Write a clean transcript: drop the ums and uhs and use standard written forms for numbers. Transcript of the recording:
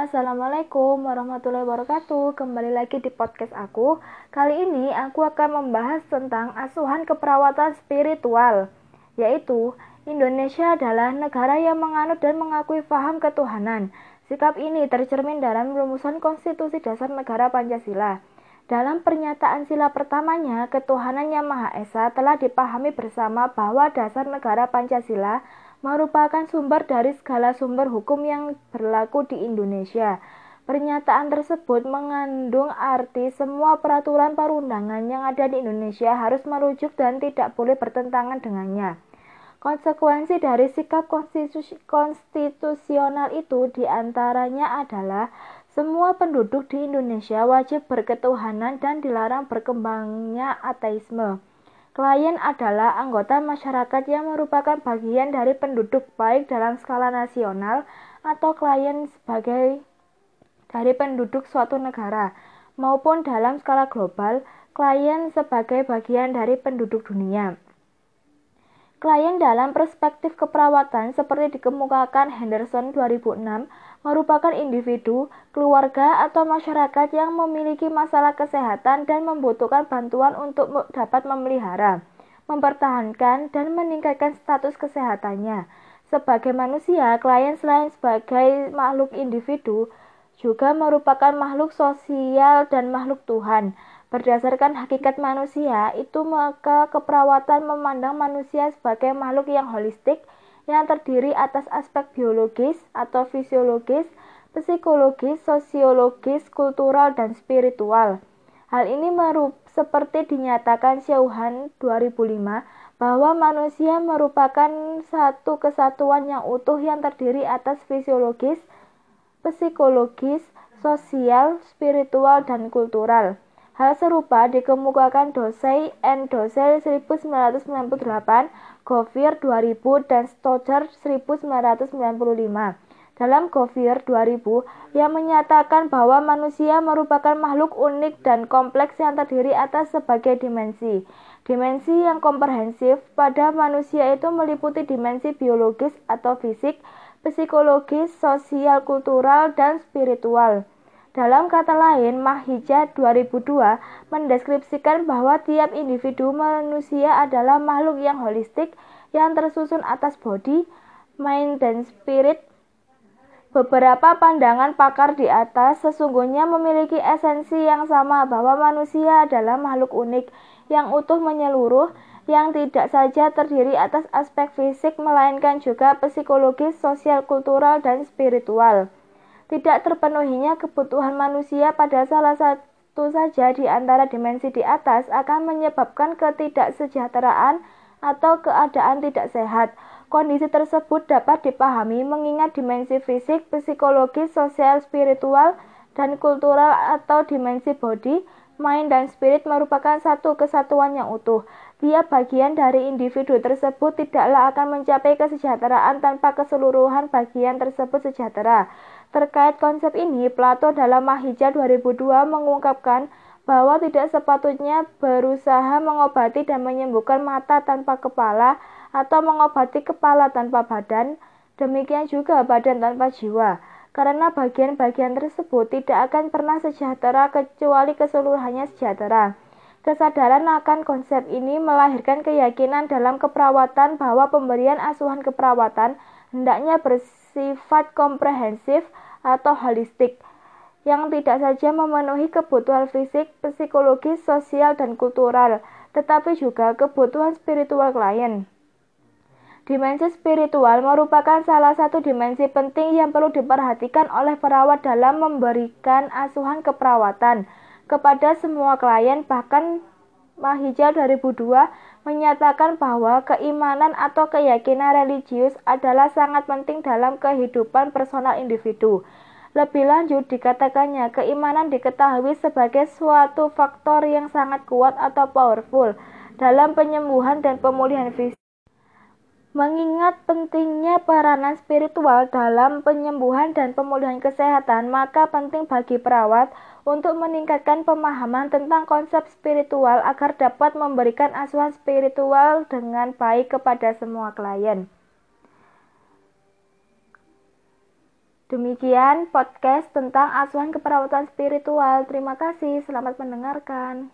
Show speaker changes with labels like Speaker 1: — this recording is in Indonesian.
Speaker 1: Assalamualaikum warahmatullahi wabarakatuh. Kembali lagi di podcast aku. Kali ini aku akan membahas tentang asuhan keperawatan spiritual, yaitu Indonesia adalah negara yang menganut dan mengakui paham ketuhanan. Sikap ini tercermin dalam rumusan Konstitusi Dasar Negara Pancasila. Dalam pernyataan sila pertamanya, ketuhanan yang Maha Esa telah dipahami bersama bahwa dasar negara Pancasila merupakan sumber dari segala sumber hukum yang berlaku di Indonesia. Pernyataan tersebut mengandung arti semua peraturan perundangan yang ada di Indonesia harus merujuk dan tidak boleh bertentangan dengannya. Konsekuensi dari sikap konstitusional itu diantaranya adalah semua penduduk di Indonesia wajib berketuhanan dan dilarang berkembangnya ateisme. Klien adalah anggota masyarakat yang merupakan bagian dari penduduk baik dalam skala nasional atau klien sebagai dari penduduk suatu negara maupun dalam skala global, klien sebagai bagian dari penduduk dunia. Klien dalam perspektif keperawatan seperti dikemukakan Henderson 2006 merupakan individu, keluarga, atau masyarakat yang memiliki masalah kesehatan dan membutuhkan bantuan untuk dapat memelihara, mempertahankan, dan meningkatkan status kesehatannya. Sebagai manusia, klien selain sebagai makhluk individu, juga merupakan makhluk sosial dan makhluk Tuhan. Berdasarkan hakikat manusia itu, maka keperawatan memandang manusia sebagai makhluk yang holistik yang terdiri atas aspek biologis atau fisiologis, psikologis, sosiologis, kultural, dan spiritual. Hal ini seperti dinyatakan Syauhan 2005 bahwa manusia merupakan satu kesatuan yang utuh yang terdiri atas fisiologis, psikologis, sosial, spiritual, dan kultural. Hal serupa dikemukakan Dosey and Dosey 1998, Govier 2000, dan Stoddard 1995. Dalam Govier 2000 yang menyatakan bahwa manusia merupakan makhluk unik dan kompleks yang terdiri atas sebagai dimensi. Dimensi yang komprehensif pada manusia itu meliputi dimensi biologis atau fisik, psikologis, sosial, kultural, dan spiritual. Dalam kata lain, Mahijah 2002 mendeskripsikan bahwa tiap individu manusia adalah makhluk yang holistik yang tersusun atas body, mind, dan spirit. Beberapa pandangan pakar di atas sesungguhnya memiliki esensi yang sama bahwa manusia adalah makhluk unik yang utuh menyeluruh, yang tidak saja terdiri atas aspek fisik melainkan juga psikologis, sosial, kultural, dan spiritual. Tidak terpenuhinya kebutuhan manusia pada salah satu saja di antara dimensi di atas akan menyebabkan ketidaksejahteraan atau keadaan tidak sehat. Kondisi tersebut dapat dipahami mengingat dimensi fisik, psikologis, sosial, spiritual, dan kultural atau dimensi body, mind, dan spirit merupakan satu kesatuan yang utuh. Tiap bagian dari individu tersebut tidaklah akan mencapai kesejahteraan tanpa keseluruhan bagian tersebut sejahtera. Terkait konsep ini, Plato dalam Mahijah 2002 mengungkapkan bahwa tidak sepatutnya berusaha mengobati dan menyembuhkan mata tanpa kepala atau mengobati kepala tanpa badan, demikian juga badan tanpa jiwa, karena bagian-bagian tersebut tidak akan pernah sejahtera kecuali keseluruhannya sejahtera. Kesadaran akan konsep ini melahirkan keyakinan dalam keperawatan bahwa pemberian asuhan keperawatan hendaknya bersifat komprehensif atau holistik, yang tidak saja memenuhi kebutuhan fisik, psikologis, sosial, dan kultural, tetapi juga kebutuhan spiritual klien. Dimensi spiritual merupakan salah satu dimensi penting yang perlu diperhatikan oleh perawat dalam memberikan asuhan keperawatan kepada semua klien. Bahkan Mahijah 2002 menyatakan bahwa keimanan atau keyakinan religius adalah sangat penting dalam kehidupan personal individu. Lebih lanjut dikatakannya, keimanan diketahui sebagai suatu faktor yang sangat kuat atau powerful dalam penyembuhan dan pemulihan fisik. Mengingat pentingnya peranan spiritual dalam penyembuhan dan pemulihan kesehatan, maka penting bagi perawat untuk meningkatkan pemahaman tentang konsep spiritual agar dapat memberikan asuhan spiritual dengan baik kepada semua klien. Demikian podcast tentang asuhan keperawatan spiritual. Terima kasih, selamat mendengarkan.